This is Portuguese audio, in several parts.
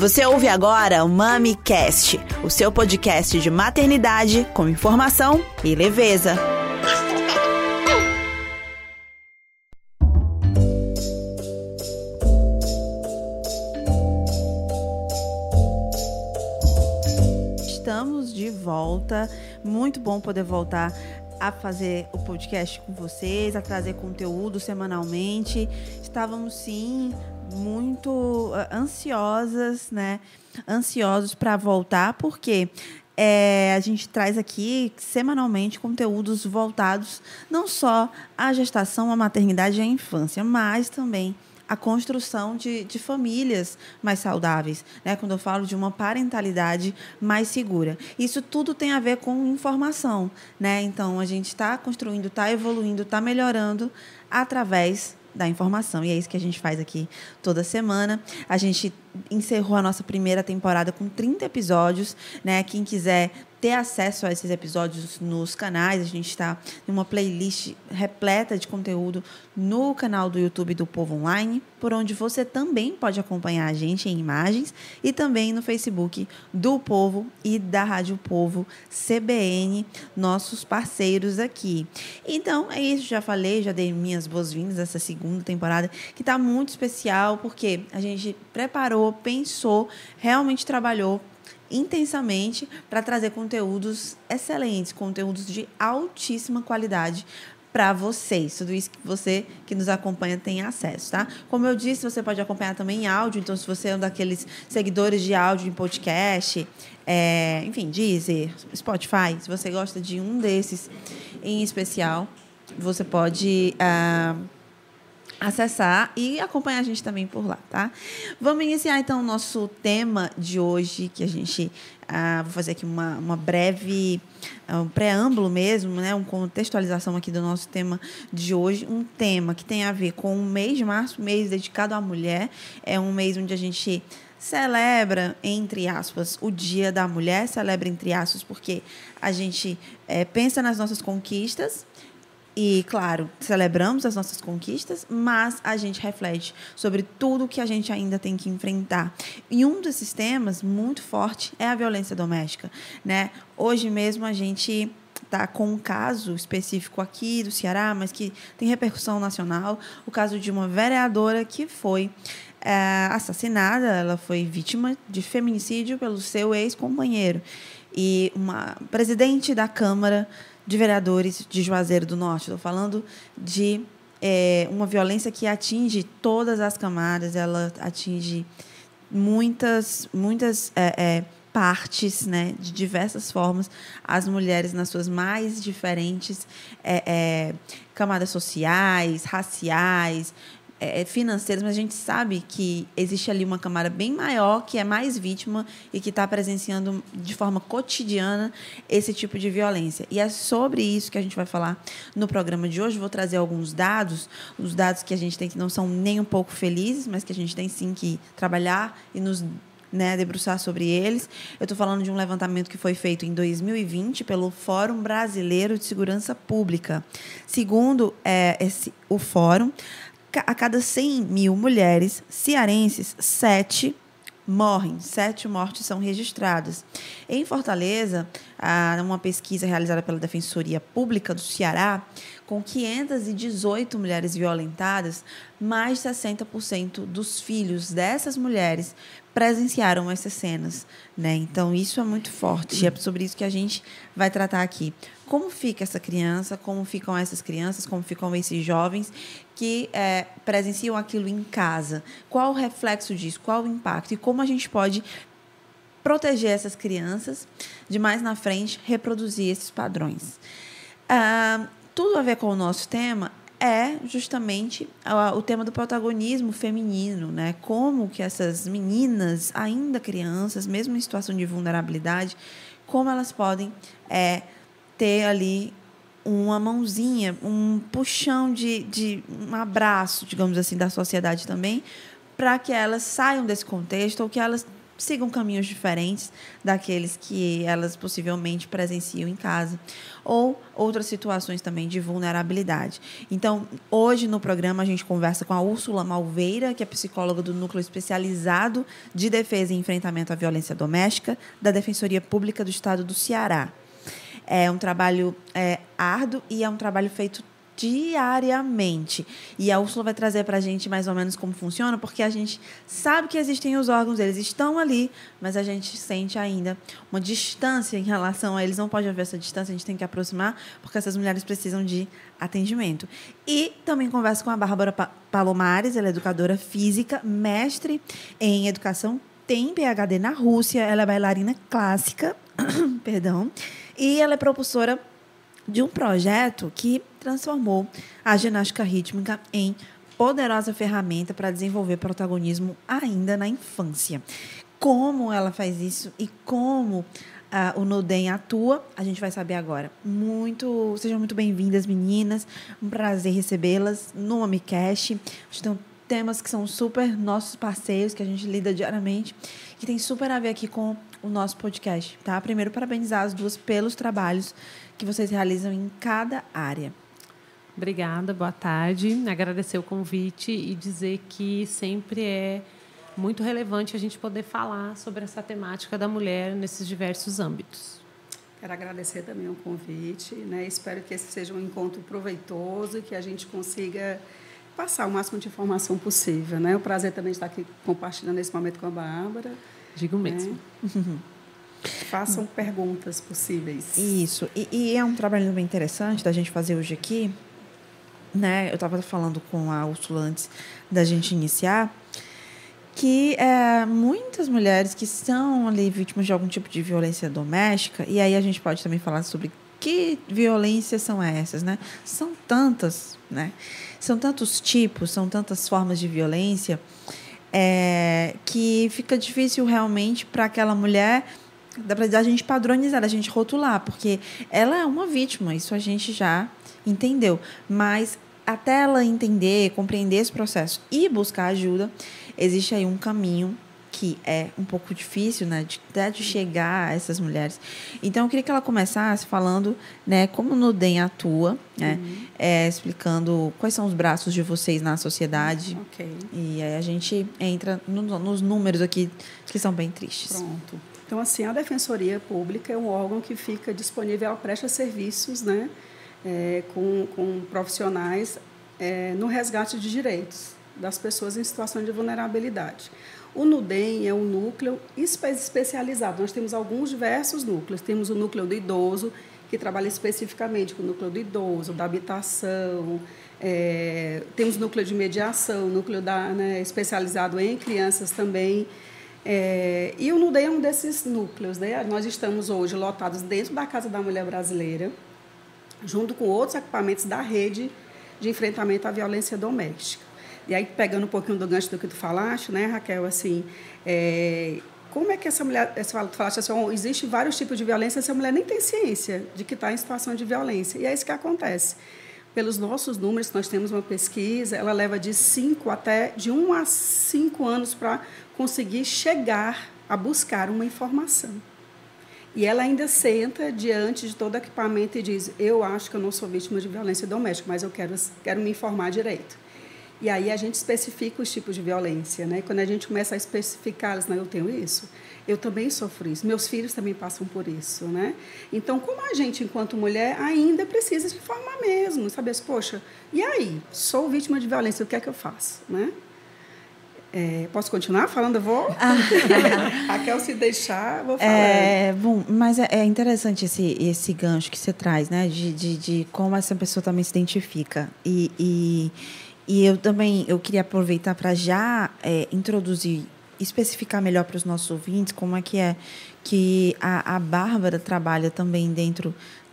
Você ouve agora o MamiCast, o seu podcast de maternidade com informação e leveza. Estamos de volta, muito bom poder voltar a fazer o podcast com vocês, a trazer conteúdo semanalmente. Estávamos, sim, muito ansiosas, né? Ansiosos para voltar, porque a gente traz aqui semanalmente conteúdos voltados não só à gestação, à maternidade e à infância, mas também a construção de famílias mais saudáveis, né? Quando eu falo de uma parentalidade mais segura. Isso tudo tem a ver com informação, né? Então, a gente está construindo, está evoluindo, está melhorando através da informação. E é isso que a gente faz aqui toda semana. A gente encerrou a nossa primeira temporada com 30 episódios, né? Quem quiser ter acesso a esses episódios nos canais, a gente está em uma playlist repleta de conteúdo no canal do YouTube do Povo Online, por onde você também pode acompanhar a gente em imagens, e também no Facebook do Povo e da Rádio Povo CBN, nossos parceiros aqui. Então, é isso, já falei, já dei minhas boas-vindas a essa segunda temporada, que está muito especial, porque a gente preparou, pensou, realmente trabalhou intensamente para trazer conteúdos excelentes, conteúdos de altíssima qualidade para vocês. Tudo isso que você que nos acompanha tem acesso, tá? Como eu disse, você pode acompanhar também em áudio. Então, se você é um daqueles seguidores de áudio em podcast, enfim, Deezer, Spotify, se você gosta de um desses em especial, você pode acessar e acompanhar a gente também por lá, tá? Vamos iniciar, então, o nosso tema de hoje, que a gente... vou fazer aqui uma breve... um preâmbulo mesmo, né? Uma contextualização aqui do nosso tema de hoje. Um tema que tem a ver com o mês de março, mês dedicado à mulher. É um mês onde a gente celebra, entre aspas, o Dia da Mulher. Celebra, entre aspas, porque a gente pensa nas nossas conquistas. E, claro, celebramos as nossas conquistas, mas a gente reflete sobre tudo que a gente ainda tem que enfrentar. E um desses temas muito forte é a violência doméstica, né? Hoje mesmo a gente está com um caso específico aqui do Ceará, mas que tem repercussão nacional, o caso de uma vereadora que foi assassinada. Ela foi vítima de feminicídio pelo seu ex-companheiro. E uma presidente da Câmara de Vereadores de Juazeiro do Norte. Estou falando de uma violência que atinge todas as camadas, ela atinge muitas partes, né, de diversas formas, as mulheres nas suas mais diferentes camadas sociais, raciais, financeiras, mas a gente sabe que existe ali uma camada bem maior que é mais vítima e que está presenciando de forma cotidiana esse tipo de violência. E é sobre isso que a gente vai falar no programa de hoje. Vou trazer alguns dados, os dados que a gente tem que não são nem um pouco felizes, mas que a gente tem sim que trabalhar e nos debruçar sobre eles. Eu estou falando de um levantamento que foi feito em 2020 pelo Fórum Brasileiro de Segurança Pública. Segundo o Fórum, a cada 100 mil mulheres cearenses, 7 morrem. 7 mortes são registradas. Em Fortaleza, uma pesquisa realizada pela Defensoria Pública do Ceará, com 518 mulheres violentadas, mais de 60% dos filhos dessas mulheres presenciaram essas cenas, né? Então, isso é muito forte. E é sobre isso que a gente vai tratar aqui. Como fica essa criança, como ficam essas crianças, como ficam esses jovens que presenciam aquilo em casa? Qual o reflexo disso? Qual o impacto? E como a gente pode proteger essas crianças de mais na frente reproduzir esses padrões? Tudo a ver com o nosso tema é justamente o tema do protagonismo feminino, né? Como que essas meninas, ainda crianças, mesmo em situação de vulnerabilidade, como elas podem ter ali uma mãozinha, um puxão de um abraço, digamos assim, da sociedade também, para que elas saiam desse contexto ou que elas sigam caminhos diferentes daqueles que elas possivelmente presenciam em casa, ou outras situações também de vulnerabilidade. Então, hoje no programa a gente conversa com a Úrsula Malveira, que é psicóloga do Núcleo Especializado de Defesa e Enfrentamento à Violência Doméstica da Defensoria Pública do Estado do Ceará. É um trabalho árduo e é um trabalho feito diariamente. E a Úrsula vai trazer para a gente mais ou menos como funciona, porque a gente sabe que existem os órgãos, eles estão ali, mas a gente sente ainda uma distância em relação a eles. Não pode haver essa distância, a gente tem que aproximar, porque essas mulheres precisam de atendimento. E também converso com a Bárbara Palomares, ela é educadora física, mestre em educação, tem PhD na Rússia, ela é bailarina clássica, perdão, e ela é propulsora de um projeto que transformou a ginástica rítmica em poderosa ferramenta para desenvolver protagonismo ainda na infância. Como ela faz isso e como o Nudem atua, a gente vai saber agora. Sejam muito bem-vindas, meninas. Um prazer recebê-las no Mamicast. Então, temas que são super nossos parceiros, que a gente lida diariamente, que tem super a ver aqui com o nosso podcast, tá? Primeiro, parabenizar as duas pelos trabalhos que vocês realizam em cada área. Obrigada, boa tarde. Agradecer o convite e dizer que sempre é muito relevante a gente poder falar sobre essa temática da mulher nesses diversos âmbitos. Quero agradecer também o convite, né? Espero que esse seja um encontro proveitoso e que a gente consiga passar o máximo de informação possível, né? O prazer também de estar aqui compartilhando esse momento com a Bárbara. Digo mesmo. Né? Façam perguntas possíveis. Isso. E é um trabalho bem interessante da gente fazer hoje aqui, né? Eu estava falando com a Úrsula antes da gente iniciar, que muitas mulheres que são ali vítimas de algum tipo de violência doméstica, e aí a gente pode também falar sobre que violências são essas, né? São tantas, né? São tantos tipos, são tantas formas de violência, que fica difícil realmente para aquela mulher da gente padronizar, da gente rotular, porque ela é uma vítima, isso a gente já entendeu, mas até ela entender, compreender esse processo e buscar ajuda, existe aí um caminho que é um pouco difícil, né, de chegar a essas mulheres. Então, eu queria que ela começasse falando, né, como o Nudem atua, né, explicando quais são os braços de vocês na sociedade. Ok. E aí a gente entra nos números aqui, que são bem tristes. Pronto. Então, assim, a Defensoria Pública é um órgão que fica disponível, ela presta serviços, né, com profissionais no resgate de direitos das pessoas em situação de vulnerabilidade. O Nudem é um núcleo especializado. Nós temos alguns diversos núcleos. Temos o núcleo do idoso, que trabalha especificamente com o núcleo do idoso, da habitação. Temos o núcleo de mediação, o núcleo especializado em crianças também. E o Nudem é um desses núcleos, né? Nós estamos hoje lotados dentro da Casa da Mulher Brasileira, junto com outros equipamentos da rede de enfrentamento à violência doméstica. E aí, pegando um pouquinho do gancho do que tu falaste, né, Raquel, assim, como é que essa mulher, tu falaste assim, existem vários tipos de violência, essa mulher nem tem ciência de que está em situação de violência. E é isso que acontece. Pelos nossos números, nós temos uma pesquisa, ela leva de 1 a 5 anos para conseguir chegar a buscar uma informação. E ela ainda senta diante de todo equipamento e diz, eu acho que eu não sou vítima de violência doméstica, mas eu quero me informar direito. E aí a gente especifica os tipos de violência, né? Quando a gente começa a especificar, não, eu tenho isso, eu também sofro isso, meus filhos também passam por isso, né? Então, como a gente, enquanto mulher, ainda precisa se informar mesmo, saber, poxa, e aí? Sou vítima de violência, o que é que eu faço, né? Posso continuar falando? Eu vou? Raquel, se deixar, eu vou falar. Bom, mas é interessante esse gancho que você traz, né? De como essa pessoa também se identifica. E eu queria aproveitar para já introduzir, especificar melhor para os nossos ouvintes como é que a Bárbara trabalha também dentro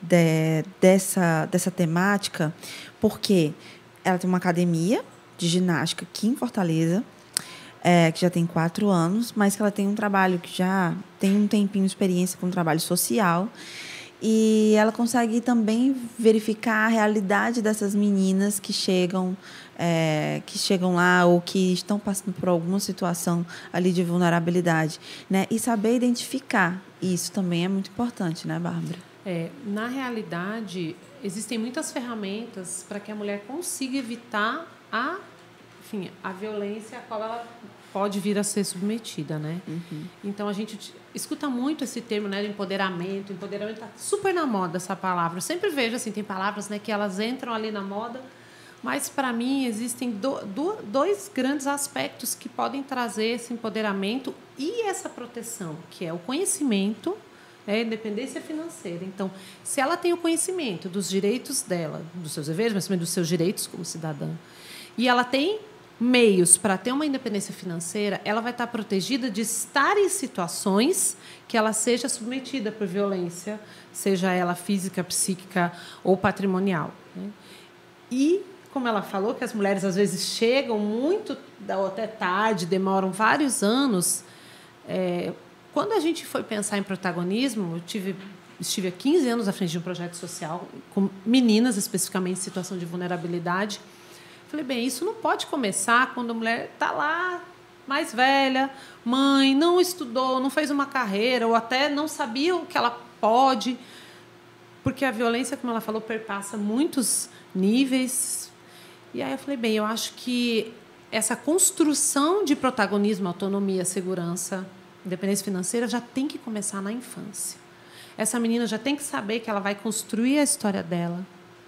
dessa temática, porque ela tem uma academia de ginástica aqui em Fortaleza, que já tem 4 anos, mas que ela tem um trabalho que já tem um tempinho de experiência com trabalho social. e ela consegue também verificar a realidade dessas meninas que chegam lá ou que estão passando por alguma situação ali de vulnerabilidade, né? E saber identificar isso também é muito importante, né, Bárbara? Na realidade, existem muitas ferramentas para que a mulher consiga evitar a violência a qual ela pode vir a ser submetida, né? Uhum. Então, a gente escuta muito esse termo, né, de empoderamento. Empoderamento está super na moda, essa palavra. Eu sempre vejo, assim, tem palavras, né, que elas entram ali na moda, mas, para mim, existem dois grandes aspectos que podem trazer esse empoderamento e essa proteção, que é o conhecimento, a independência financeira. Então, se ela tem o conhecimento dos direitos dela, dos seus deveres, mas também dos seus direitos como cidadã, e ela tem meios para ter uma independência financeira, ela vai estar protegida de estar em situações que ela seja submetida por violência, seja ela física, psíquica ou patrimonial, né? E, como ela falou, que as mulheres às vezes chegam muito ou até tarde, demoram vários anos. Quando a gente foi pensar em protagonismo, eu estive há 15 anos à frente de um projeto social com meninas, especificamente em situação de vulnerabilidade. Falei, bem, isso não pode começar quando a mulher está lá, mais velha, mãe, não estudou, não fez uma carreira, ou até não sabia o que ela pode, porque a violência, como ela falou, perpassa muitos níveis. E aí eu falei, bem, eu acho que essa construção de protagonismo, autonomia, segurança, independência financeira já tem que começar na infância. Essa menina já tem que saber que ela vai construir a história dela.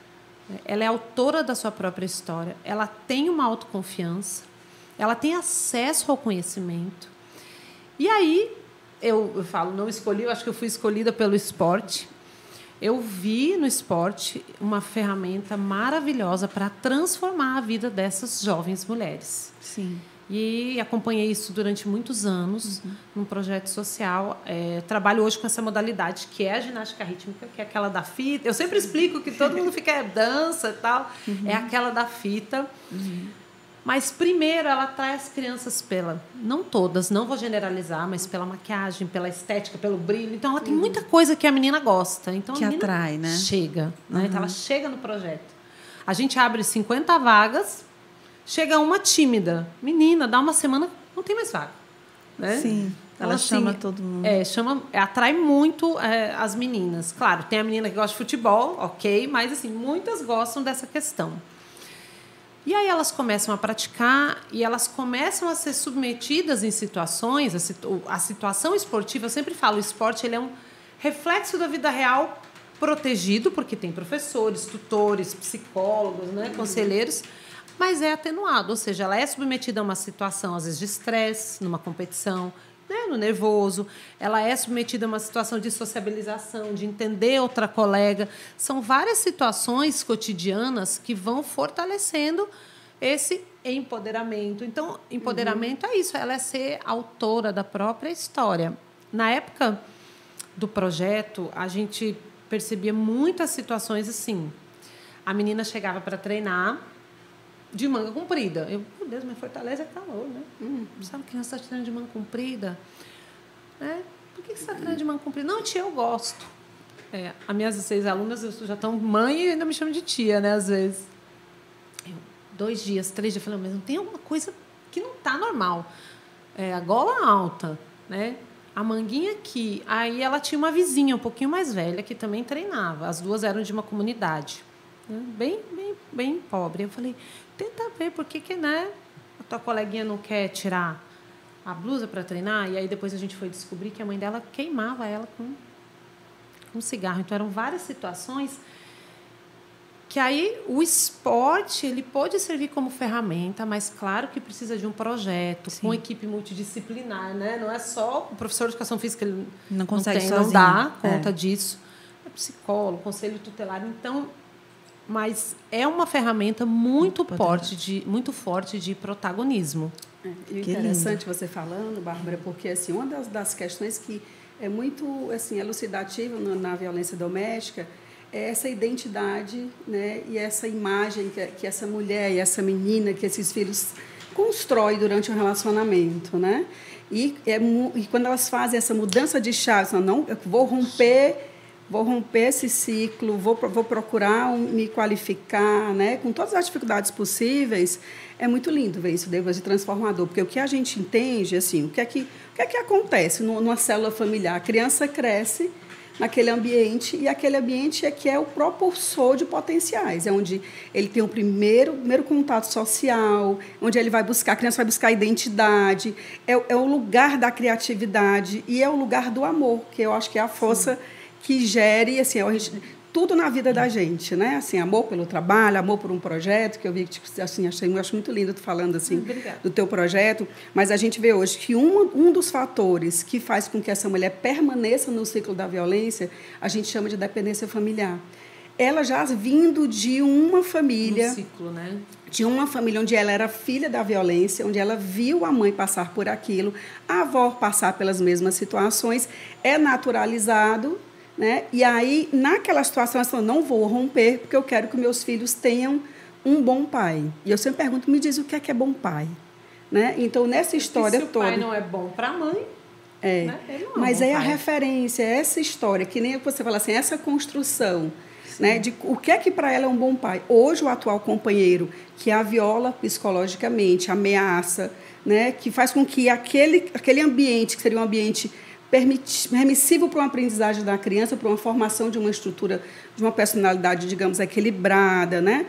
Ela é autora da sua própria história, ela tem uma autoconfiança, ela tem acesso ao conhecimento. E aí, eu falo, não escolhi, eu acho que eu fui escolhida pelo esporte. Eu vi no esporte uma ferramenta maravilhosa para transformar a vida dessas jovens mulheres. Sim. E acompanhei isso durante muitos anos, num projeto social. Trabalho hoje com essa modalidade, que é a ginástica rítmica, que é aquela da fita. Eu sempre explico que todo mundo fica dança e tal. É aquela da fita. Mas, primeiro, ela atrai as crianças não todas, não vou generalizar, mas pela maquiagem, pela estética, pelo brilho. Então, ela tem muita coisa que a menina gosta. Então, que a menina atrai, né? Chega. Né? Então, ela chega no projeto. A gente abre 50 vagas. Chega uma tímida. Menina, dá uma semana, não tem mais vaga. Né? Sim, então, ela assim, chama todo mundo. Atrai muito as meninas. Claro, tem a menina que gosta de futebol, ok, mas assim, muitas gostam dessa questão. E aí elas começam a praticar e elas começam a ser submetidas em situações, a situação esportiva, eu sempre falo, o esporte ele é um reflexo da vida real protegido, porque tem professores, tutores, psicólogos, né, conselheiros, mas é atenuado, ou seja, ela é submetida a uma situação, às vezes, de estresse, numa competição, né, no nervoso, ela é submetida a uma situação de sociabilização, de entender outra colega. São várias situações cotidianas que vão fortalecendo esse empoderamento. Então, empoderamento é isso, ela é ser autora da própria história. Na época do projeto, a gente percebia muitas situações assim. A menina chegava para treinar de manga comprida. Meu Deus, mas Fortaleza é calor, né? Sabe que você está treinando de manga comprida? Por que você está treinando de manga comprida? Não, tia, eu gosto. As minhas 6 alunas já estão mãe e ainda me chamam de tia, né? Às vezes. 2 dias, 3 dias, eu falei, mas não tem alguma coisa que não está normal. A gola alta, né? A manguinha aqui. Aí ela tinha uma vizinha um pouquinho mais velha que também treinava. As duas eram de uma comunidade, né? Bem pobre. Eu falei, tenta ver por que, né, a tua coleguinha não quer tirar a blusa para treinar. E aí depois a gente foi descobrir que a mãe dela queimava ela com um cigarro. Então eram várias situações que aí o esporte ele pode servir como ferramenta, mas claro que precisa de um projeto. Sim. Com equipe multidisciplinar, né? Não é só o professor de educação física, ele não consegue sozinho. Não dá conta disso. É psicólogo, conselho tutelar. Então, mas é uma ferramenta muito forte de protagonismo. E interessante você falando, Bárbara, porque assim, uma das questões que é muito assim, elucidativa na violência doméstica é essa identidade, né, e essa imagem que essa mulher e essa menina, que esses filhos constroem durante o relacionamento, né? E quando elas fazem essa mudança de chave, não, eu vou romper vou romper esse ciclo, vou procurar me qualificar, né? Com todas as dificuldades possíveis. É muito lindo ver isso depois de transformador, porque o que a gente entende, assim, o que é que acontece numa célula familiar? A criança cresce naquele ambiente, e aquele ambiente é que é o propulsor de potenciais, é onde ele tem o primeiro contato social, onde ele vai buscar, a criança vai buscar identidade, é o lugar da criatividade e é o lugar do amor, que eu acho que é a força que gere, assim, tudo na vida da gente, né? Assim, amor pelo trabalho, amor por um projeto, que eu vi que assim, acho muito lindo tu falando assim do teu projeto, mas a gente vê hoje que um dos fatores que faz com que essa mulher permaneça no ciclo da violência, a gente chama de dependência familiar. Ela já vindo de uma família, ciclo, né? De uma família onde ela era filha da violência, onde ela viu a mãe passar por aquilo, a avó passar pelas mesmas situações, é naturalizado, né? E aí, naquela situação, ela falou, não vou romper, porque eu quero que meus filhos tenham um bom pai. E eu sempre pergunto, me diz o que é bom pai? Né? Então, nessa história toda... Se o toda... pai não é bom para a mãe... Né? Mas é a referência, essa história, que nem você fala assim, essa construção, né, de o que é que para ela é um bom pai. Hoje, o atual companheiro que a viola psicologicamente, ameaça, né, que faz com que aquele ambiente, que seria um ambiente permissivo para uma aprendizagem da criança, para uma formação de uma estrutura, de uma personalidade, digamos, equilibrada, né?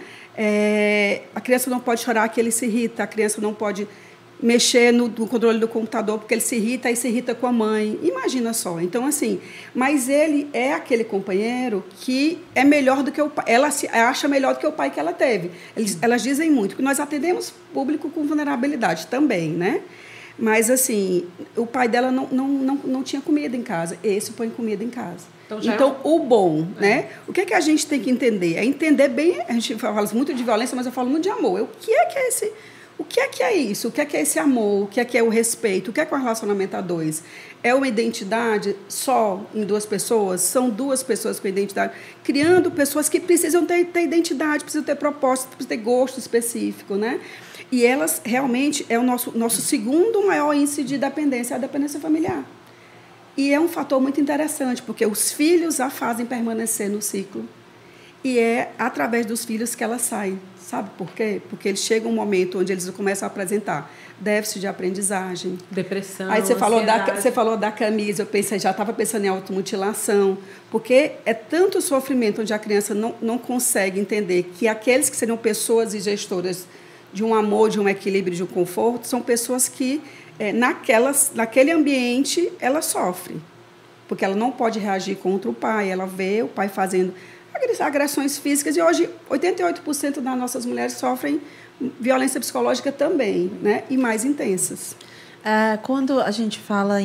A criança não pode chorar que ele se irrita, a criança não pode mexer no controle do computador porque ele se irrita e se irrita com a mãe. Imagina só. Então, assim, mas ele é aquele companheiro que é melhor do que o pai. Ela se acha melhor do que o pai que ela teve. Elas dizem muito que nós atendemos público com vulnerabilidade também, né? Mas, assim, o pai dela não tinha comida em casa. Esse põe comida em casa. Então o bom, né? O que é que a gente tem que entender? É entender bem... A gente fala muito de violência, mas eu falo muito de amor. O que é esse... O que é isso? O que é esse amor? O que é o respeito? O que é um relacionamento a dois? É uma identidade só em duas pessoas? São duas pessoas com identidade? Criando pessoas que precisam ter identidade, precisam ter propósito, precisam ter gosto específico, né? E elas realmente é o nosso segundo maior índice de dependência, a dependência familiar. E é um fator muito interessante, porque os filhos a fazem permanecer no ciclo. E é através dos filhos que elas saem. Sabe por quê? Porque eles chegam um momento onde eles começam a apresentar déficit de aprendizagem. Depressão, aí você falou da camisa, eu já estava pensando em automutilação, porque é tanto sofrimento onde a criança não consegue entender que aqueles que seriam pessoas e gestoras de um amor, de um equilíbrio, de um conforto, são pessoas que, naquele ambiente, ela sofre. Porque ela não pode reagir contra o pai, ela vê o pai fazendo agressões físicas, e hoje 88% das nossas mulheres sofrem violência psicológica também, né? E mais intensas. Quando a gente fala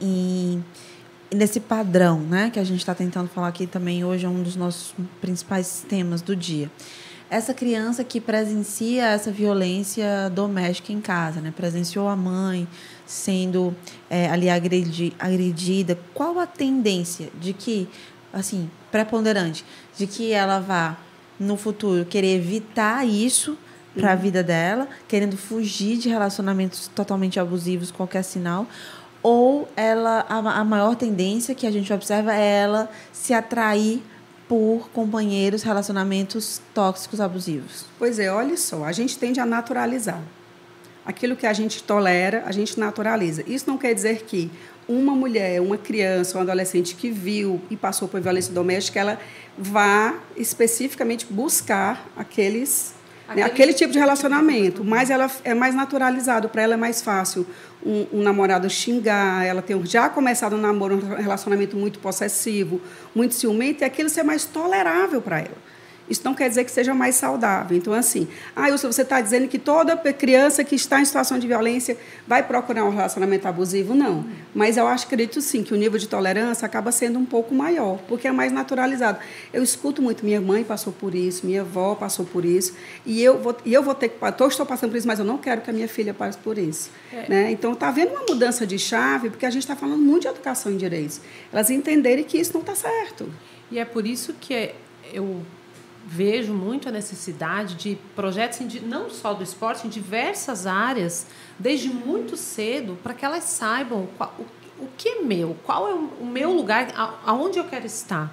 nesse padrão, né, que a gente está tentando falar aqui também hoje, é um dos nossos principais temas do dia. Essa criança que presencia essa violência doméstica em casa, né? Presenciou a mãe sendo ali agredida, qual a tendência de que, assim, preponderante, de que ela vá, no futuro, querer evitar isso para a vida dela, querendo fugir de relacionamentos totalmente abusivos, qualquer sinal, ou a maior tendência que a gente observa é ela se atrair por companheiros, relacionamentos tóxicos, abusivos? Pois é, olha só, a gente tende a naturalizar. Aquilo que a gente tolera, a gente naturaliza. Isso não quer dizer que uma mulher, uma criança, um adolescente que viu e passou por violência doméstica, ela vá especificamente buscar aquele tipo de relacionamento, mas ela é mais naturalizado, para ela é mais fácil um namorado xingar, ela tem já começado um namoro, um relacionamento muito possessivo, muito ciumento, e aquilo ser mais tolerável para ela. Isso não quer dizer que seja mais saudável. Então, assim, você está dizendo que toda criança que está em situação de violência vai procurar um relacionamento abusivo? Não. Mas eu acredito, sim, que o nível de tolerância acaba sendo um pouco maior, porque é mais naturalizado. Eu escuto muito, minha mãe passou por isso, minha avó passou por isso, e eu vou ter que... Estou passando por isso, mas eu não quero que a minha filha passe por isso. Né? Então, está havendo uma mudança de chave, porque a gente está falando muito de educação em direitos. Elas entenderem que isso não está certo. E é por isso que eu vejo muito a necessidade de projetos, não só do esporte, em diversas áreas, desde muito cedo, para que elas saibam o que é meu, qual é o meu lugar, aonde eu quero estar.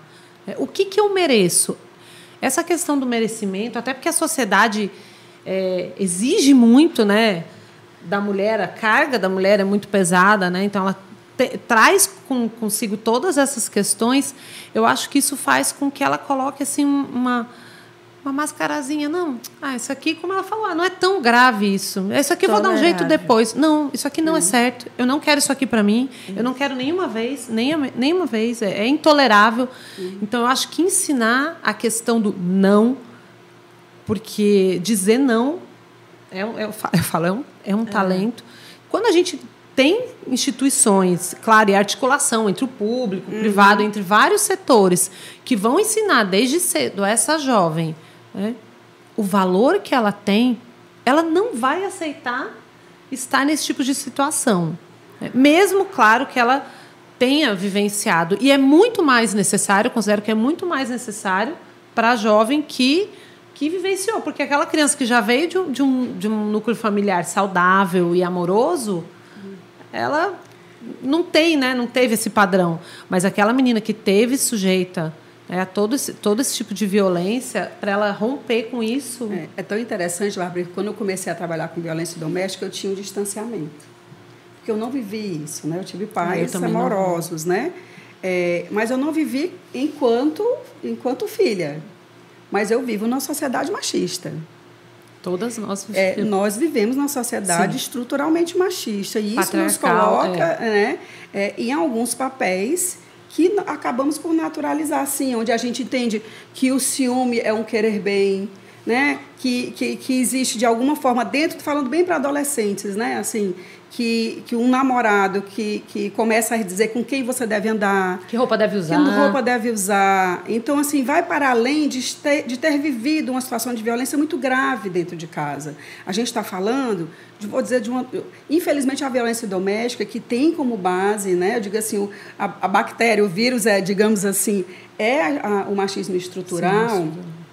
O que eu mereço? Essa questão do merecimento, até porque a sociedade exige muito, né, da mulher, a carga da mulher é muito pesada, né? Então ela traz consigo todas essas questões. Eu acho que isso faz com que ela coloque assim uma mascarazinha. Não, isso aqui, como ela falou, não é tão grave isso. Isso aqui eu vou dar um jeito depois. Não, isso aqui não é certo. Eu não quero isso aqui para mim. Eu não quero nenhuma vez. É intolerável. Então, eu acho que ensinar a questão do não, porque dizer não é um talento. Quando a gente tem instituições, claro, e articulação entre o público, o privado, entre vários setores, que vão ensinar desde cedo a essa jovem, né, o valor que ela tem, ela não vai aceitar estar nesse tipo de situação. Mesmo, claro, que ela tenha vivenciado. E é muito mais necessário, eu considero que é muito mais necessário para a jovem que vivenciou. Porque aquela criança que já veio de um núcleo familiar saudável e amoroso, ela não teve esse padrão. Mas aquela menina que teve sujeita a todo esse tipo de violência, para ela romper com isso... É tão interessante, Bárbara, que quando eu comecei a trabalhar com violência doméstica, eu tinha um distanciamento. Porque eu não vivi isso, né? Eu tive pais amorosos, né? Mas eu não vivi enquanto filha. Mas eu vivo numa sociedade machista. Todas nós vivemos. Nós vivemos numa sociedade estruturalmente machista. E isso nos coloca em alguns papéis que acabamos por naturalizar, assim, onde a gente entende que o ciúme é um querer bem, né? Que existe, de alguma forma, dentro, falando bem para adolescentes, né? Assim, que um namorado que começa a dizer com quem você deve andar. Que roupa deve usar. Que roupa deve usar. Então, assim, vai para além de ter vivido uma situação de violência muito grave dentro de casa. A gente está falando, infelizmente, a violência doméstica, que tem como base, né? Eu digo assim, a bactéria, o vírus, digamos assim, o machismo estrutural.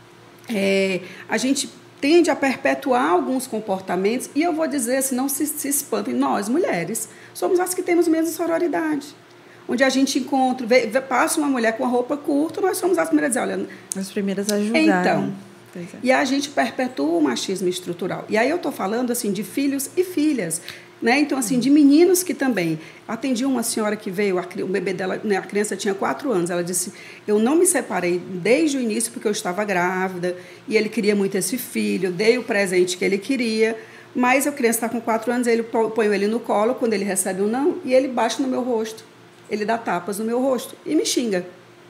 Sim, a gente tende a perpetuar alguns comportamentos, e eu vou dizer assim, não se espantem, nós, mulheres, somos as que temos menos sororidade. Onde a gente encontra, passa uma mulher com a roupa curta, nós somos as primeiras a dizer, olha... As primeiras a julgar. Então, e a gente perpetua o machismo estrutural. E aí eu estou falando assim, de filhos e filhas, né? Então, assim, de meninos que também... Atendi uma senhora que veio, o bebê dela, né, a criança tinha 4 anos, ela disse, eu não me separei desde o início porque eu estava grávida e ele queria muito esse filho, dei o presente que ele queria, mas a criança está com 4 anos, eu ponho ele no colo quando ele recebe um não e ele bate no meu rosto, ele dá tapas no meu rosto e me xinga.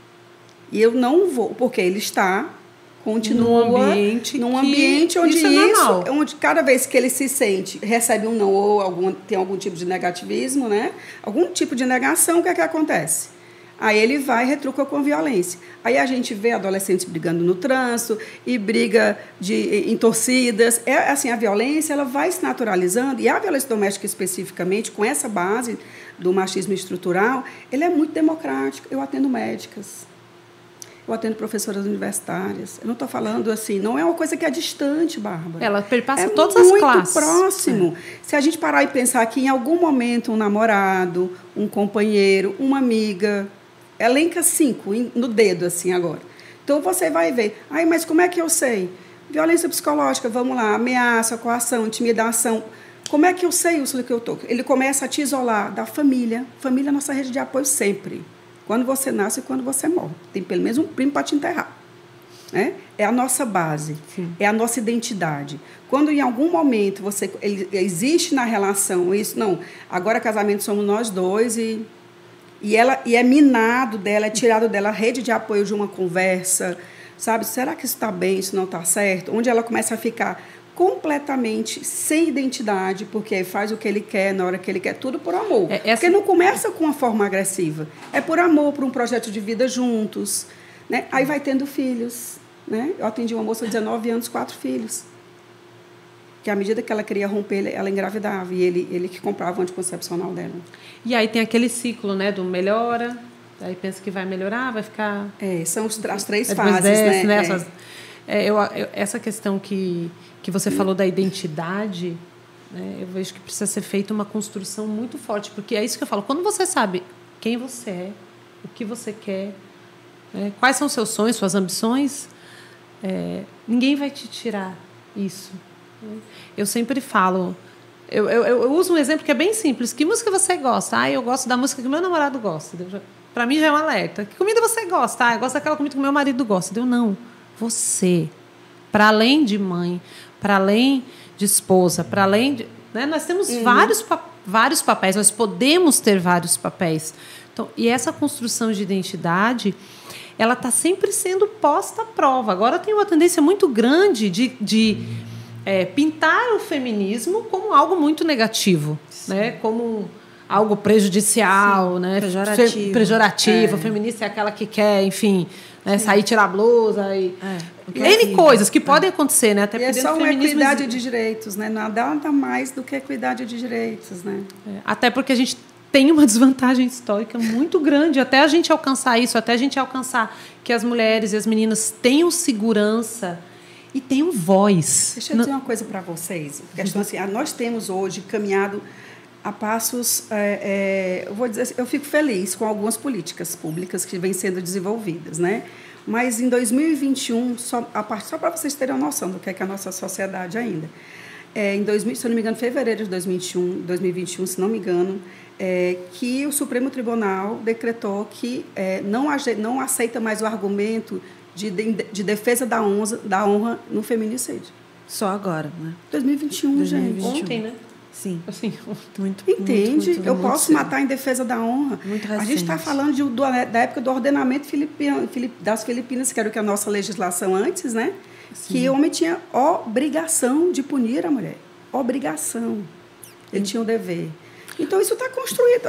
E eu não vou, porque ele continua num ambiente onde onde cada vez que ele se sente, recebe um não ou tem algum tipo de negativismo, né? Algum tipo de negação, o que é que acontece? Aí ele vai e retruca com violência. Aí a gente vê adolescentes brigando no trânsito e briga em torcidas. Assim, a violência ela vai se naturalizando, e a violência doméstica especificamente, com essa base do machismo estrutural, ele é muito democrático. Eu atendo médicas. Eu atendo professoras universitárias. Eu não estou falando assim, não é uma coisa que é distante, Bárbara. Ela perpassa todas as classes. É muito próximo. Se a gente parar e pensar que em algum momento um namorado, um companheiro, uma amiga, elenca 5 no dedo assim agora. Então você vai ver, mas como é que eu sei? Violência psicológica, vamos lá, ameaça, coação, intimidação. Como é que eu sei isso que eu estou? Ele começa a te isolar da família. Família é nossa rede de apoio sempre. Quando você nasce e quando você morre. Tem pelo menos um primo para te enterrar. Né? É a nossa base, é a nossa identidade. Quando em algum momento existe na relação isso, não, agora casamento somos nós dois e é minado dela, é tirado dela a rede de apoio de uma conversa, sabe? Será que isso está bem, isso não está certo? Onde ela começa a ficar completamente sem identidade, porque faz o que ele quer, na hora que ele quer, tudo por amor. Porque não começa com uma forma agressiva. É por amor, por um projeto de vida juntos. Né? Aí vai tendo filhos. Né? Eu atendi uma moça de 19 anos, 4 filhos. Que à medida que ela queria romper, ela engravidava. E ele que comprava o anticoncepcional dela. E aí tem aquele ciclo, né, do melhora, aí pensa que vai melhorar, vai ficar... são as 3 fases, né? Essa questão que você falou da identidade, né, eu vejo que precisa ser feita uma construção muito forte, porque é isso que eu falo, quando você sabe quem você é, o que você quer, Quais são os seus sonhos, suas ambições? Ninguém vai te tirar isso. Eu sempre falo... Eu uso um exemplo que é bem simples. Que música você gosta? Eu gosto da música que meu namorado gosta. Para mim já é um alerta. Que comida você gosta? Eu gosto daquela comida que meu marido gosta. Não. Você. Para além de mãe, para além de esposa, para além de... Nós temos vários papéis. Nós podemos ter vários papéis. Então, e essa construção de identidade, ela está sempre sendo posta à prova. Agora tem uma tendência muito grande de pintar o feminismo como algo muito negativo, né? Como algo prejudicial, né? Pejorativo. Feminista é aquela que quer, enfim, né? Sair, tirar a blusa e N coisas que podem acontecer, né? Até e é só uma equidade de direitos, né? Nada mais do que equidade de direitos, né? Até porque a gente tem uma desvantagem histórica muito grande até a gente alcançar isso, até a gente alcançar que as mulheres e as meninas tenham segurança e tenham voz. Deixa eu dizer uma coisa para vocês. Questão assim, nós temos hoje caminhado a passos... eu vou dizer, eu fico feliz com algumas políticas públicas que vêm sendo desenvolvidas, né? Mas em 2021, só para vocês terem uma noção do que é a nossa sociedade ainda, se eu não me engano, fevereiro de 2021, se não me engano, que o Supremo Tribunal decretou que não aceita mais o argumento de defesa da honra no feminicídio. Só agora, né? 2021, gente. Ontem, né? Sim. Assim, muito. Entende? Eu posso matar em defesa da honra. Muito recente. A gente está falando da época do ordenamento das Filipinas, que era o que a nossa legislação antes, né? Sim. Que o homem tinha obrigação de punir a mulher. Obrigação. Ele tinha o dever. Então, isso está construído.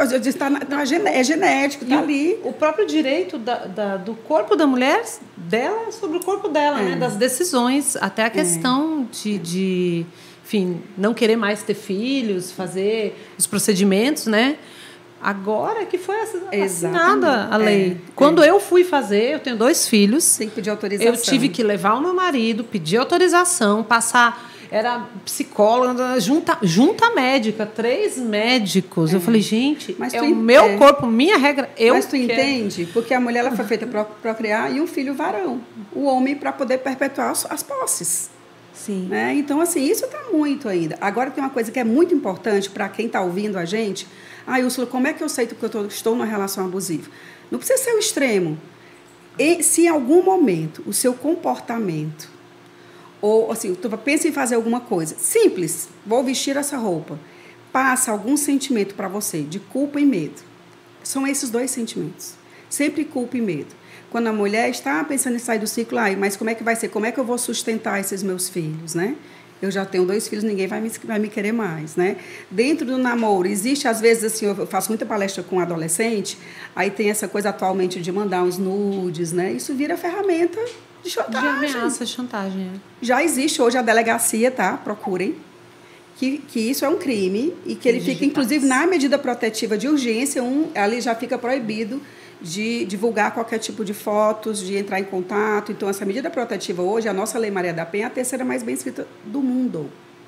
É genético, está ali. O próprio direito do corpo da mulher, dela, sobre o corpo dela, né? Das decisões, até a questão de enfim, não querer mais ter filhos, fazer os procedimentos, né? Agora que foi assinada a lei. Quando eu fui fazer, eu tenho 2 filhos. Tem que pedir autorização. Eu tive que levar o meu marido, pedir autorização, passar... Era psicóloga, junta médica, 3 médicos. Eu falei, gente, o meu corpo, minha regra, Mas tu entende? Porque a mulher ela foi feita para procriar e um filho varão. O homem para poder perpetuar as posses. Sim. Né? Então, assim, isso está muito ainda. Agora, tem uma coisa que é muito importante para quem está ouvindo a gente. Úrsula, como é que eu sei que eu estou numa relação abusiva? Não precisa ser o extremo. E, se em algum momento o seu comportamento... Ou, assim, tu pensa em fazer alguma coisa simples, vou vestir essa roupa, passa algum sentimento para você de culpa e medo. São esses 2 sentimentos. Sempre culpa e medo. Quando a mulher está pensando em sair do ciclo, mas como é que vai ser? Como é que eu vou sustentar esses meus filhos, né? Eu já tenho 2 filhos, ninguém vai me querer mais, né? Dentro do namoro, existe, às vezes, assim, eu faço muita palestra com adolescente, aí tem essa coisa atualmente de mandar uns nudes, né? Isso vira ferramenta de chantagem. De ameaça, chantagem. Já existe hoje a delegacia, tá? Procurem. Que isso é um crime e que ele fica, inclusive, na medida protetiva de urgência, ali já fica proibido de divulgar qualquer tipo de fotos, de entrar em contato. Então, essa medida protetiva hoje, a nossa Lei Maria da Penha, é a terceira mais bem escrita do mundo.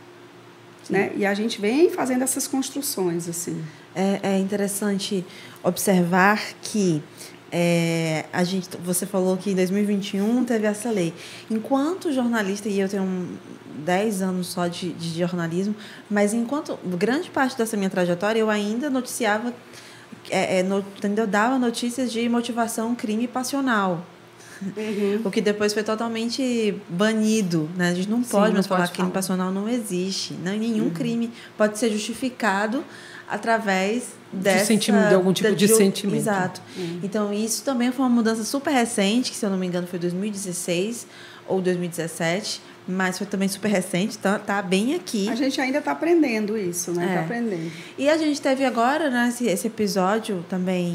Né? E a gente vem fazendo essas construções. Assim. É interessante observar que você falou que em 2021 teve essa lei. Enquanto jornalista, e eu tenho 10 anos só de jornalismo, mas enquanto grande parte dessa minha trajetória, eu ainda noticiava, eu dava notícias de motivação crime passional. Uhum. O que depois foi totalmente banido, né? A gente não pode mais falar que crime passional não existe. Não, nenhum crime pode ser justificado através de algum tipo de sentimento. Exato. Então, isso também foi uma mudança super recente, que, se eu não me engano, foi 2016 ou 2017, mas foi também super recente, tá bem aqui. A gente ainda está aprendendo isso, né? Está aprendendo. E a gente teve agora, né, esse episódio também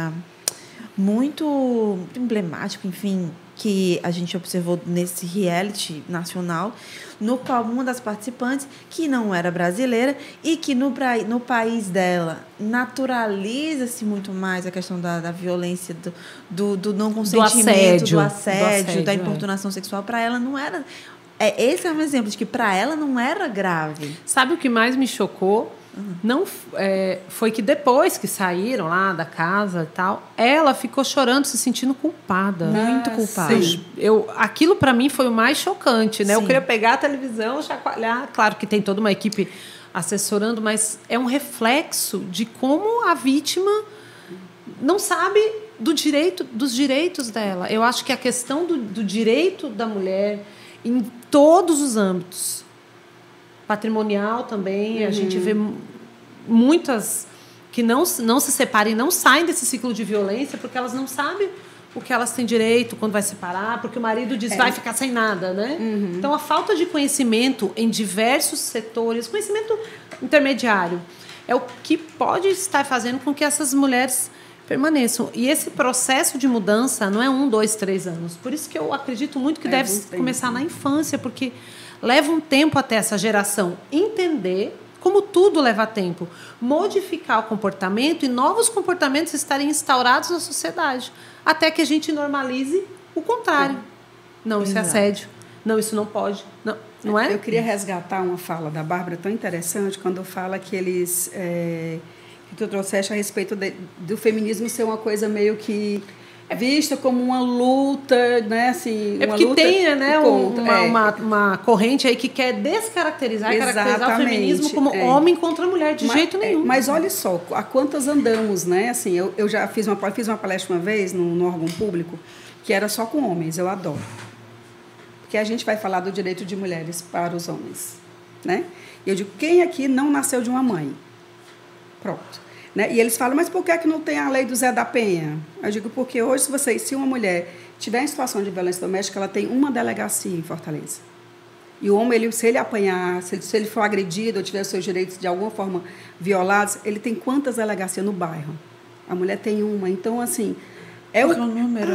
muito emblemático, enfim, que a gente observou nesse reality nacional, no qual uma das participantes, que não era brasileira, e que no país dela naturaliza-se muito mais a questão da violência, do não consentimento, do assédio, da importunação sexual. Para ela não era... Esse é um exemplo de que para ela não era grave. Sabe o que mais me chocou? Não, foi que depois que saíram lá da casa e tal, ela ficou chorando, se sentindo culpada. Muito culpada. Aquilo para mim foi o mais chocante, né? Sim. Eu queria pegar a televisão, chacoalhar. Claro que tem toda uma equipe assessorando, mas é um reflexo de como a vítima não sabe dos direitos dela. Eu acho que a questão do direito da mulher em todos os âmbitos, patrimonial também, a gente vê muitas que não se separam e não saem desse ciclo de violência porque elas não sabem o que elas têm direito quando vai separar, porque o marido diz vai ficar sem nada, né? Então, a falta de conhecimento em diversos setores, conhecimento intermediário, é o que pode estar fazendo com que essas mulheres permaneçam. E esse processo de mudança não é 1, 2, 3 anos. Por isso que eu acredito muito que deve começar na infância, porque leva um tempo até essa geração entender, como tudo leva tempo, modificar o comportamento e novos comportamentos estarem instaurados na sociedade, até que a gente normalize o contrário. Não, isso é assédio. Não, isso não pode. Não é? Eu queria resgatar uma fala da Bárbara tão interessante, quando fala que eles... que tu trouxeste a respeito do feminismo ser uma coisa meio que vista como uma luta, né? Assim, uma porque luta tem, né, uma corrente aí que quer caracterizar o feminismo como homem contra mulher, de jeito nenhum. Mas olha só, a quantas andamos, né? Assim, eu já fiz uma palestra uma vez no órgão público que era só com homens, eu adoro. Porque a gente vai falar do direito de mulheres para os homens, né? E eu digo, quem aqui não nasceu de uma mãe? Pronto. Né? E eles falam, mas por que não tem a lei do Zé da Penha? Eu digo, porque hoje, se uma mulher tiver em situação de violência doméstica, ela tem uma delegacia em Fortaleza. E o homem, se ele apanhar, se ele for agredido ou tiver seus direitos de alguma forma violados, ele tem quantas delegacias no bairro? A mulher tem uma. Então, assim... o número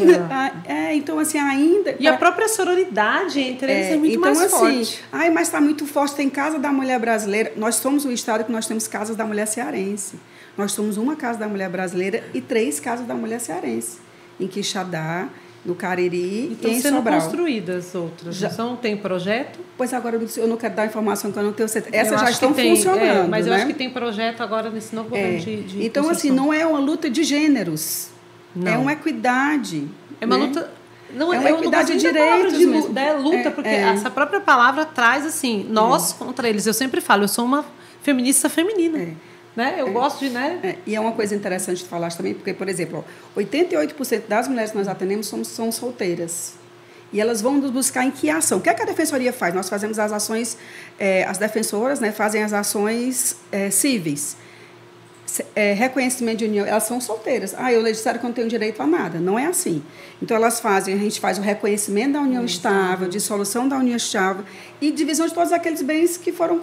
então, assim, ainda... E a própria sororidade entre eles é muito mais forte. Mas está muito forte. Tem Casa da Mulher Brasileira. Nós somos um estado que nós temos Casas da Mulher Cearense. Nós somos uma Casa da Mulher Brasileira e 3 Casas da Mulher Cearense. Em Quixadá, no Cariri e em Sobral. Estão sendo construídas outras. Já não tem projeto? Pois agora eu não quero dar informação que eu não tenho certeza. Essas já estão funcionando. Mas eu acho que tem projeto agora nesse novo governo de então, assim, não é uma luta de gêneros. Não. É uma equidade. É uma luta... Não, é uma equidade de direitos mesmo. Luta, porque essa própria palavra traz, assim, nós contra eles. Eu sempre falo, eu sou uma feminista feminina. Né? Eu gosto de... Né? E é uma coisa interessante de falar também, porque, por exemplo, 88% das mulheres que nós atendemos são solteiras. E elas vão nos buscar em que ação? O que é que a Defensoria faz? Nós fazemos as ações... as defensoras, né, fazem as ações cíveis. Reconhecimento de união, elas são solteiras. Eu legislaro que eu não tenho direito a nada. Não é assim. Então, a gente faz o reconhecimento da união estável, dissolução da união estável e divisão de todos aqueles bens que foram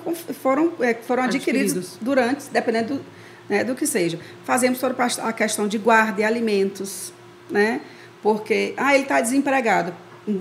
adquiridos durante, dependendo do que seja. Fazemos toda a questão de guarda e alimentos, né? Porque, ele está desempregado.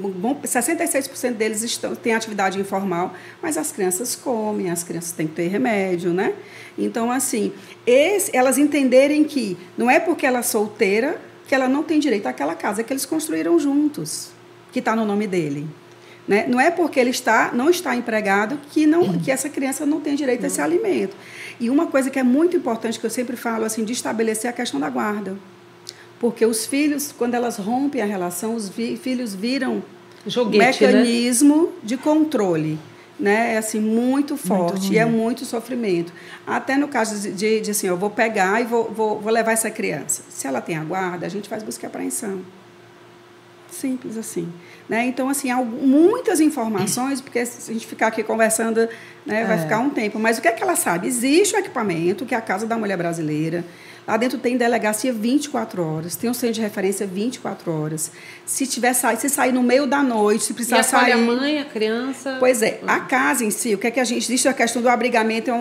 66% deles têm atividade informal, mas as crianças comem, as crianças têm que ter remédio, né? Então, assim, elas entenderem que não é porque ela é solteira que ela não tem direito àquela casa que eles construíram juntos, que está no nome dele. Né? Não é porque ele não está empregado que essa criança não tem direito a esse alimento. E uma coisa que é muito importante, que eu sempre falo, assim, de estabelecer a questão da guarda. Porque os filhos, quando elas rompem a relação, os filhos viram joguete, mecanismo de controle. Né? É assim, muito forte muito e é muito sofrimento. Até no caso de assim, eu vou pegar e vou levar essa criança. Se ela tem a guarda, a gente faz busca e apreensão. Simples assim. Né? Então, assim, há muitas informações, porque se a gente ficar aqui conversando, né, vai ficar um tempo. Mas o que é que ela sabe? Existe um equipamento, que é a Casa da Mulher Brasileira. Lá dentro tem delegacia 24 horas, tem um centro de referência 24 horas. Se sair no meio da noite, se precisar sair... a mãe, a criança... Pois é, a casa em si, o que é que a gente... Existe a questão do abrigamento,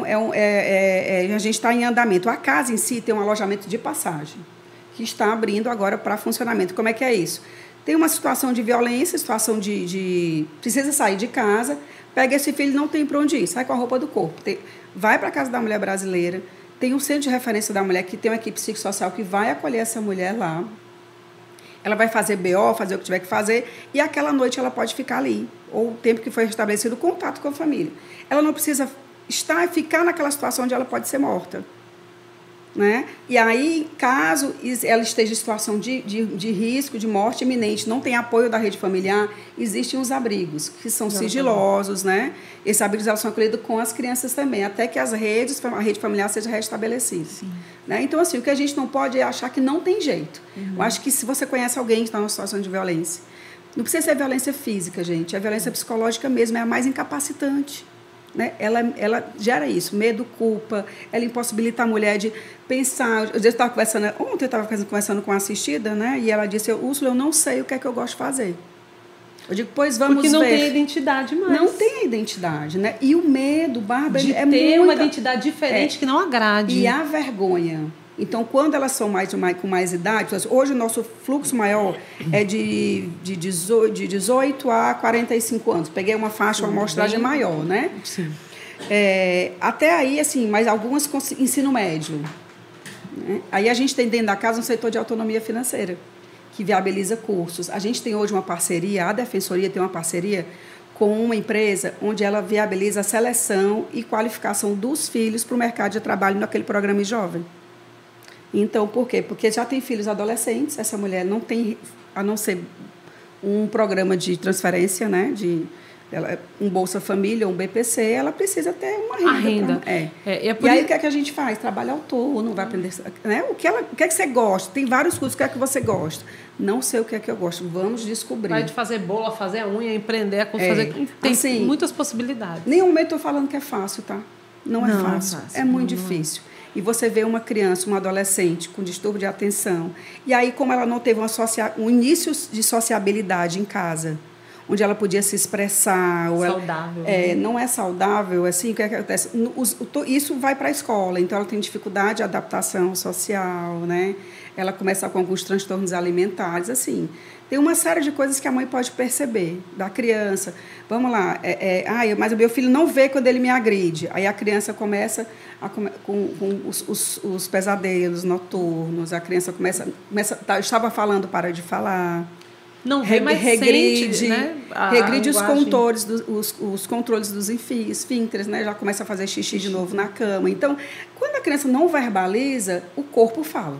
a gente está em andamento. A casa em si tem um alojamento de passagem, que está abrindo agora para funcionamento. Como é que é isso? Tem uma situação de violência, situação de precisa sair de casa, pega esse filho, não tem para onde ir, sai com a roupa do corpo. Vai para a Casa da Mulher Brasileira, tem um centro de referência da mulher que tem uma equipe psicossocial que vai acolher essa mulher lá. Ela vai fazer BO, fazer o que tiver que fazer, e aquela noite ela pode ficar ali, ou o tempo que foi estabelecido o contato com a família. Ela não precisa ficar naquela situação onde ela pode ser morta. Né? E aí, caso ela esteja em situação de risco, de morte iminente, não tem apoio da rede familiar, existem os abrigos, que são sigilosos, né? Esses abrigos elas são acolhidos com as crianças também, até que a rede familiar seja restabelecida. Né? Então, assim, o que a gente não pode é achar que não tem jeito. Eu acho que se você conhece alguém que está numa situação de violência, não precisa ser violência física, gente, é violência psicológica mesmo, é a mais incapacitante. Né? Ela gera isso, medo, culpa, ela impossibilita a mulher de pensar. Ontem eu estava conversando com a assistida, né? E ela disse, Úrsula, eu não sei o que é que eu gosto de fazer. Eu digo, pois vamos ver. Porque não tem identidade mais. Não tem identidade, né? E o medo, Bárbara, de ter uma identidade diferente que não agrade. E a vergonha. Então, quando elas são com mais idade, hoje o nosso fluxo maior é de 18 a 45 anos. Peguei uma faixa, uma amostragem maior, né? Sim. Até aí, assim, mas algumas com ensino médio. Né? Aí a gente tem dentro da casa um setor de autonomia financeira, que viabiliza cursos. A gente tem hoje uma parceria, a Defensoria tem uma parceria com uma empresa onde ela viabiliza a seleção e qualificação dos filhos para o mercado de trabalho naquele programa jovem. Então, por quê? Porque já tem filhos adolescentes, essa mulher não tem, a não ser um programa de transferência, né, um Bolsa Família, um BPC, ela precisa ter uma renda. A renda. E aí, o que é que a gente faz? Trabalho autônomo, vai aprender... Né? O que é que você gosta? Tem vários cursos, o que é que você gosta? Não sei o que é que eu gosto, vamos descobrir. Vai de fazer bola, fazer unha, empreender, fazer... Tem assim, muitas possibilidades. Nenhum momento eu estou falando que é fácil, tá? Não é fácil. É muito difícil. E você vê uma criança, uma adolescente com distúrbio de atenção, e aí, como ela não teve um início de sociabilidade em casa, onde ela podia se expressar... Saudável. Não é saudável, assim, o que acontece? Isso vai para a escola, então ela tem dificuldade de adaptação social, né? Ela começa com alguns transtornos alimentares, assim... Tem uma série de coisas que a mãe pode perceber da criança. Vamos lá, mas o meu filho não vê quando ele me agride. Aí a criança começa com os pesadelos noturnos, a criança começa eu estava falando, para de falar. Não vê, mas regride, sente, né? Regride os controles dos esfíncteres, né? Já começa a fazer xixi de novo na cama. Então, quando a criança não verbaliza, o corpo fala.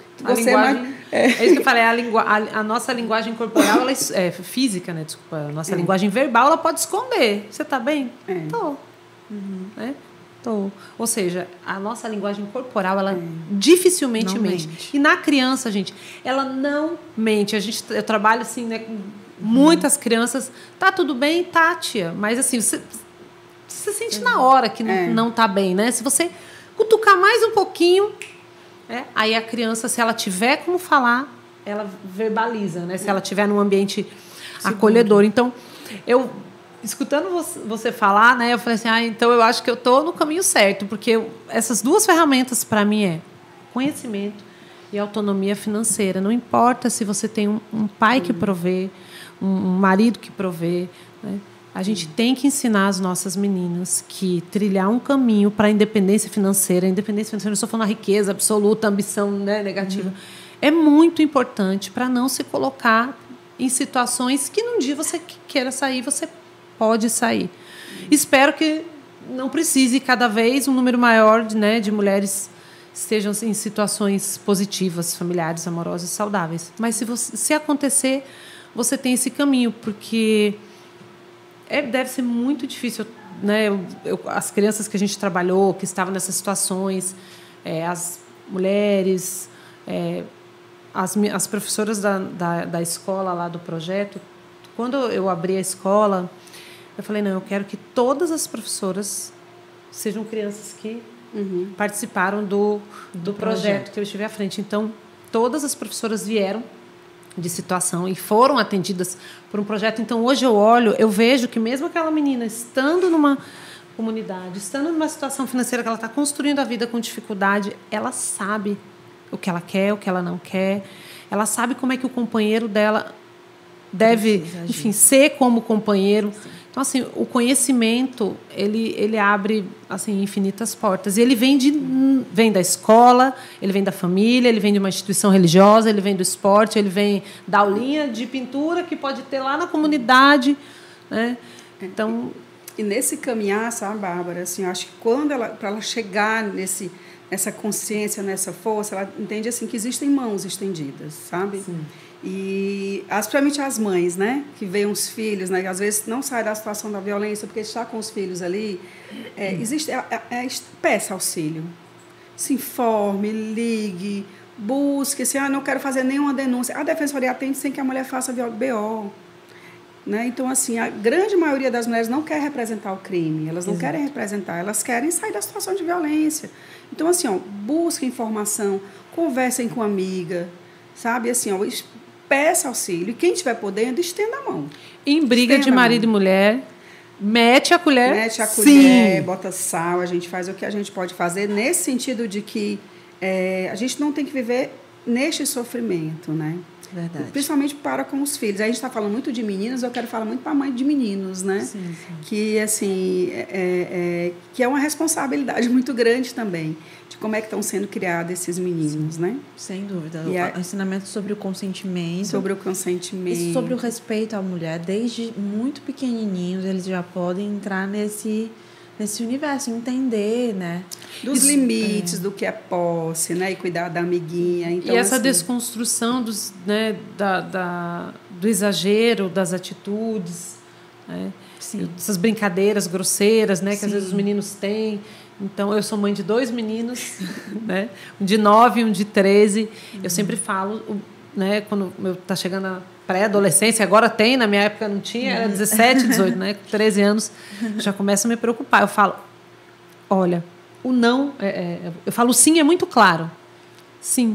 É isso que eu falei, a nossa linguagem corporal, ela física, né? Desculpa, a nossa linguagem verbal, ela pode esconder. Você está bem? Tô. Né? Tô. Ou seja, a nossa linguagem corporal, ela dificilmente mente. E na criança, gente, ela não mente. Eu trabalho assim, né, com muitas crianças. Tá tudo bem? Tá, tia. Mas assim, você sente na hora que não tá bem, né? Se você cutucar mais um pouquinho... Aí a criança, se ela tiver como falar, ela verbaliza, né? Se ela estiver num ambiente acolhedor. Então, escutando você falar, né? Eu falei assim, então eu acho que eu estou no caminho certo, porque essas duas ferramentas para mim é conhecimento e autonomia financeira. Não importa se você tem um pai que provê, um marido que provê, né? A gente tem que ensinar as nossas meninas que trilhar um caminho para a independência financeira. A independência financeira, não estou falando a riqueza absoluta, a ambição, né, negativa. É muito importante para não se colocar em situações que num dia você queira sair, você pode sair. Espero que não precise cada vez um número maior de mulheres estejam em situações positivas, familiares, amorosas, saudáveis. Mas se acontecer, você tem esse caminho, porque... deve ser muito difícil, né? As crianças que a gente trabalhou, que estavam nessas situações, as mulheres, as professoras da escola lá do projeto. Quando eu abri a escola, eu falei, não, eu quero que todas as professoras sejam crianças que participaram do projeto que eu estive à frente. Então, todas as professoras vieram de situação e foram atendidas por um projeto. Então, hoje eu vejo que mesmo aquela menina estando numa comunidade, estando numa situação financeira que ela está construindo a vida com dificuldade, ela sabe o que ela quer, o que ela não quer, ela sabe como é que o companheiro dela deve, enfim, ser como companheiro. Sim. Então, assim, o conhecimento, ele abre, assim, infinitas portas. E ele vem da escola, ele vem da família, ele vem de uma instituição religiosa, ele vem do esporte, ele vem da aulinha de pintura que pode ter lá na comunidade, né? Então... E nesse caminhar, sabe, Bárbara, assim, eu acho que para ela chegar nessa consciência, nessa força, ela entende assim que existem mãos estendidas, sabe? Sim. E principalmente as mães, né, que veem os filhos, né, que às vezes não sai da situação da violência porque está com os filhos ali, peça auxílio, se informe, ligue, busque, assim, não quero fazer nenhuma denúncia. A Defensoria atende sem que a mulher faça BO. Né? Então, assim, a grande maioria das mulheres não quer representar o crime, elas não querem representar, elas querem sair da situação de violência. Então, assim, busquem informação, conversem com amiga, sabe? Assim, peça auxílio. E quem estiver podendo, estenda a mão. Em briga de marido e mulher, mete a colher. Mete a colher, bota sal, a gente faz o que a gente pode fazer, nesse sentido de que a gente não tem que viver neste sofrimento, né? Verdade. Principalmente para com os filhos. A gente está falando muito de meninas, eu quero falar muito para a mãe de meninos, né? Sim. Que, assim, que é uma responsabilidade muito grande também, de como é que estão sendo criados esses meninos, né? Sem dúvida. O ensinamento sobre o consentimento. Sobre o consentimento. E sobre o respeito à mulher. Desde muito pequenininhos, eles já podem entrar nesse universo, entender, né? Dos limites do que é posse, né? E cuidar da amiguinha. Então, e essa desconstrução do exagero, das atitudes, né? Essas brincadeiras grosseiras, né? Que às vezes os meninos têm. Então, eu sou mãe de 2 meninos, né? Um de 9 e um de 13. Eu sempre falo, né? Quando está chegando a pré-adolescência, agora tem, na minha época não tinha, era 17, 18, né? Com 13 anos, já começa a me preocupar. Eu falo, olha, o não... eu falo, o sim é muito claro. Sim.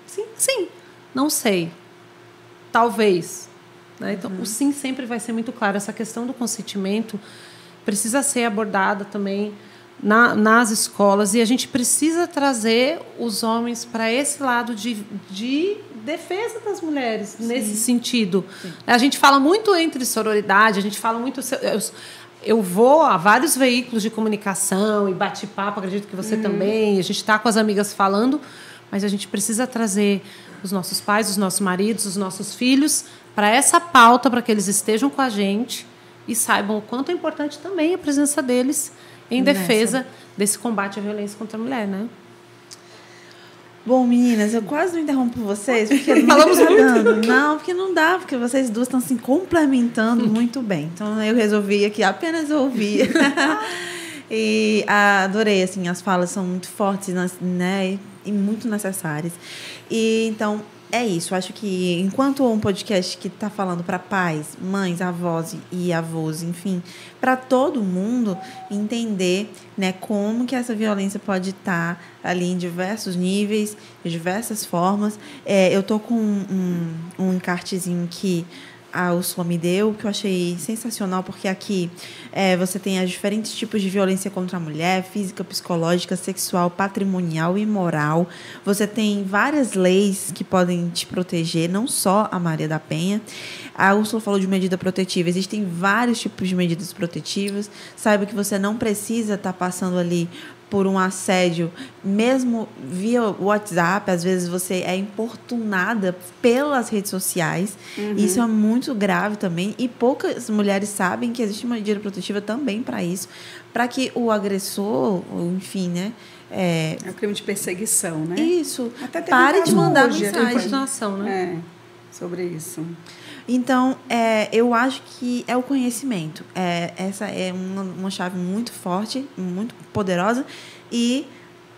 Não sei. Talvez. Né? Então, o sim sempre vai ser muito claro. Essa questão do consentimento precisa ser abordada também nas escolas, e a gente precisa trazer os homens para esse lado de defesa das mulheres, nesse sentido. Sim. A gente fala muito entre sororidade, a gente fala muito... Eu vou a vários veículos de comunicação e bate-papo, acredito que você também, a gente está com as amigas falando, mas a gente precisa trazer os nossos pais, os nossos maridos, os nossos filhos para essa pauta, para que eles estejam com a gente e saibam o quanto é importante também a presença deles em defesa desse combate à violência contra a mulher, né? Bom, meninas, eu quase não interrompo vocês, porque falamos muito. Não, porque não dá, porque vocês duas estão se complementando muito bem. Então, eu resolvi aqui apenas ouvir. E adorei, assim, as falas são muito fortes, né, e muito necessárias. E, então, é isso. Acho que enquanto um podcast que está falando para pais, mães, avós e avós, enfim, para todo mundo entender, né, como que essa violência pode estar ali em diversos níveis, de diversas formas. Eu tô com um encartezinho que a Úrsula me deu, que eu achei sensacional, porque aqui você tem os diferentes tipos de violência contra a mulher, física, psicológica, sexual, patrimonial e moral. Você tem várias leis que podem te proteger, não só a Maria da Penha. A Úrsula falou de medida protetiva. Existem vários tipos de medidas protetivas. Saiba que você não precisa estar passando ali por um assédio, mesmo via WhatsApp. Às vezes você é importunada pelas redes sociais. Isso é muito grave também, e poucas mulheres sabem que existe uma medida protetiva também para isso, para que o agressor, enfim, né, é um crime de perseguição, né? Isso. Até pare de mandar mensagem, né? Sobre isso. Então, eu acho que é o conhecimento. Essa é uma chave muito forte, muito poderosa. E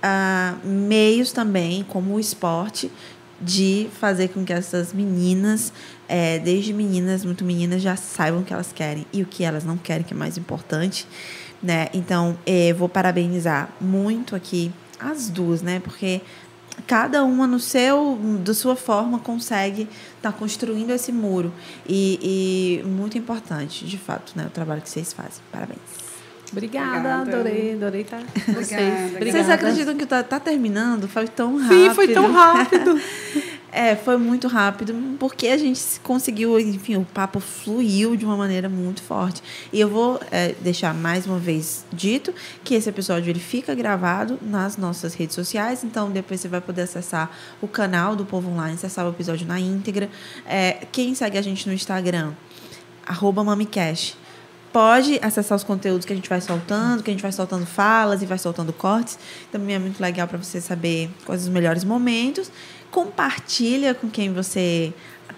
meios também, como o esporte, de fazer com que essas meninas, desde meninas, muito meninas, já saibam o que elas querem e o que elas não querem, que é mais importante. Né? Então, vou parabenizar muito aqui as duas, né? Porque cada uma da sua forma consegue estar construindo esse muro, e muito importante, de fato, né, o trabalho que vocês fazem. Parabéns. Obrigada. Adorei estar com vocês. Vocês acreditam que tá terminando? Foi tão rápido. Sim, foi tão rápido. Foi muito rápido, porque a gente conseguiu, enfim, o papo fluiu de uma maneira muito forte. E eu vou deixar mais uma vez dito que esse episódio ele fica gravado nas nossas redes sociais, então depois você vai poder acessar o canal do Povo Online, acessar o episódio na íntegra. Quem segue a gente no Instagram, @mamicast, pode acessar os conteúdos que a gente vai soltando falas e vai soltando cortes. Também é muito legal para você saber quais os melhores momentos. Compartilha com quem você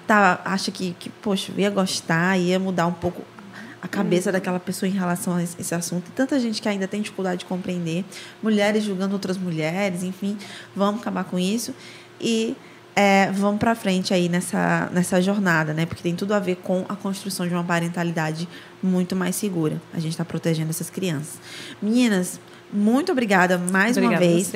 acha que, poxa, ia gostar, ia mudar um pouco a cabeça daquela pessoa em relação a esse assunto. E tanta gente que ainda tem dificuldade de compreender, mulheres julgando outras mulheres, enfim, vamos acabar com isso e vamos para frente aí nessa jornada, né? Porque tem tudo a ver com a construção de uma parentalidade muito mais segura. A gente está protegendo essas crianças. Meninas, muito obrigada mais uma vez.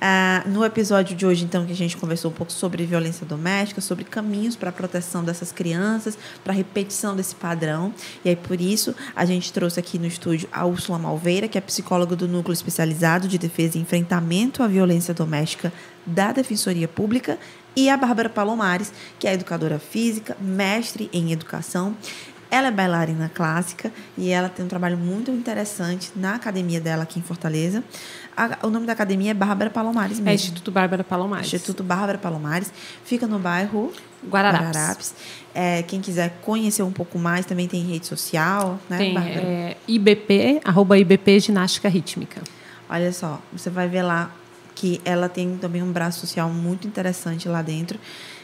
No episódio de hoje, então, que a gente conversou um pouco sobre violência doméstica, sobre caminhos para a proteção dessas crianças, para a repetição desse padrão. E aí, por isso, a gente trouxe aqui no estúdio a Úrsula Malveira, que é psicóloga do Núcleo Especializado de Defesa e Enfrentamento à Violência Doméstica da Defensoria Pública, e a Bárbara Palomares, que é educadora física, mestre em educação. Ela é bailarina clássica e ela tem um trabalho muito interessante na academia dela aqui em Fortaleza. O nome da academia é Bárbara Palomares mesmo. É Instituto Bárbara Palomares. Instituto Bárbara Palomares. Fica no bairro Guararapes. Quem quiser conhecer um pouco mais, também tem rede social, né, tem, Bárbara? IBP, @IBP Ginástica Rítmica. Olha só, você vai ver lá que ela tem também um braço social muito interessante lá dentro.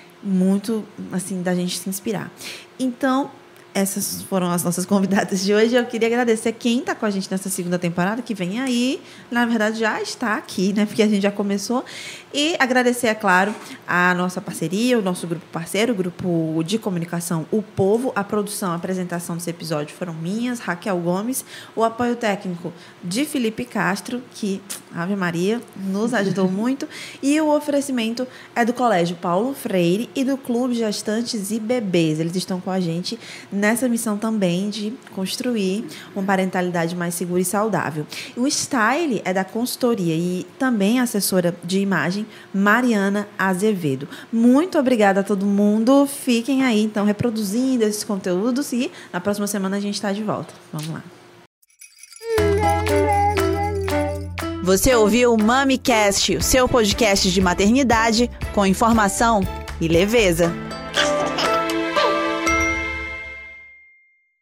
Muito, assim, da gente se inspirar. Então, essas foram as nossas convidadas de hoje. Eu queria agradecer quem está com a gente nessa segunda temporada, que vem aí. Na verdade, já está aqui, né? Porque a gente já começou. E agradecer, é claro, a nossa parceria, o nosso grupo parceiro, o grupo de comunicação O Povo. A produção, a apresentação desse episódio foram minhas, Raquel Gomes. O apoio técnico de Felipe Castro, que, Ave Maria, nos ajudou muito. E o oferecimento é do Colégio Paulo Freire e do Clube Gestantes e Bebês. Eles estão com a gente nessa missão também de construir uma parentalidade mais segura e saudável. O style é da consultoria e também assessora de imagem, Mariana Azevedo. Muito obrigada a todo mundo. Fiquem aí, então, reproduzindo esses conteúdos e na próxima semana a gente está de volta. Vamos lá. Você ouviu o MamiCast, o seu podcast de maternidade com informação e leveza.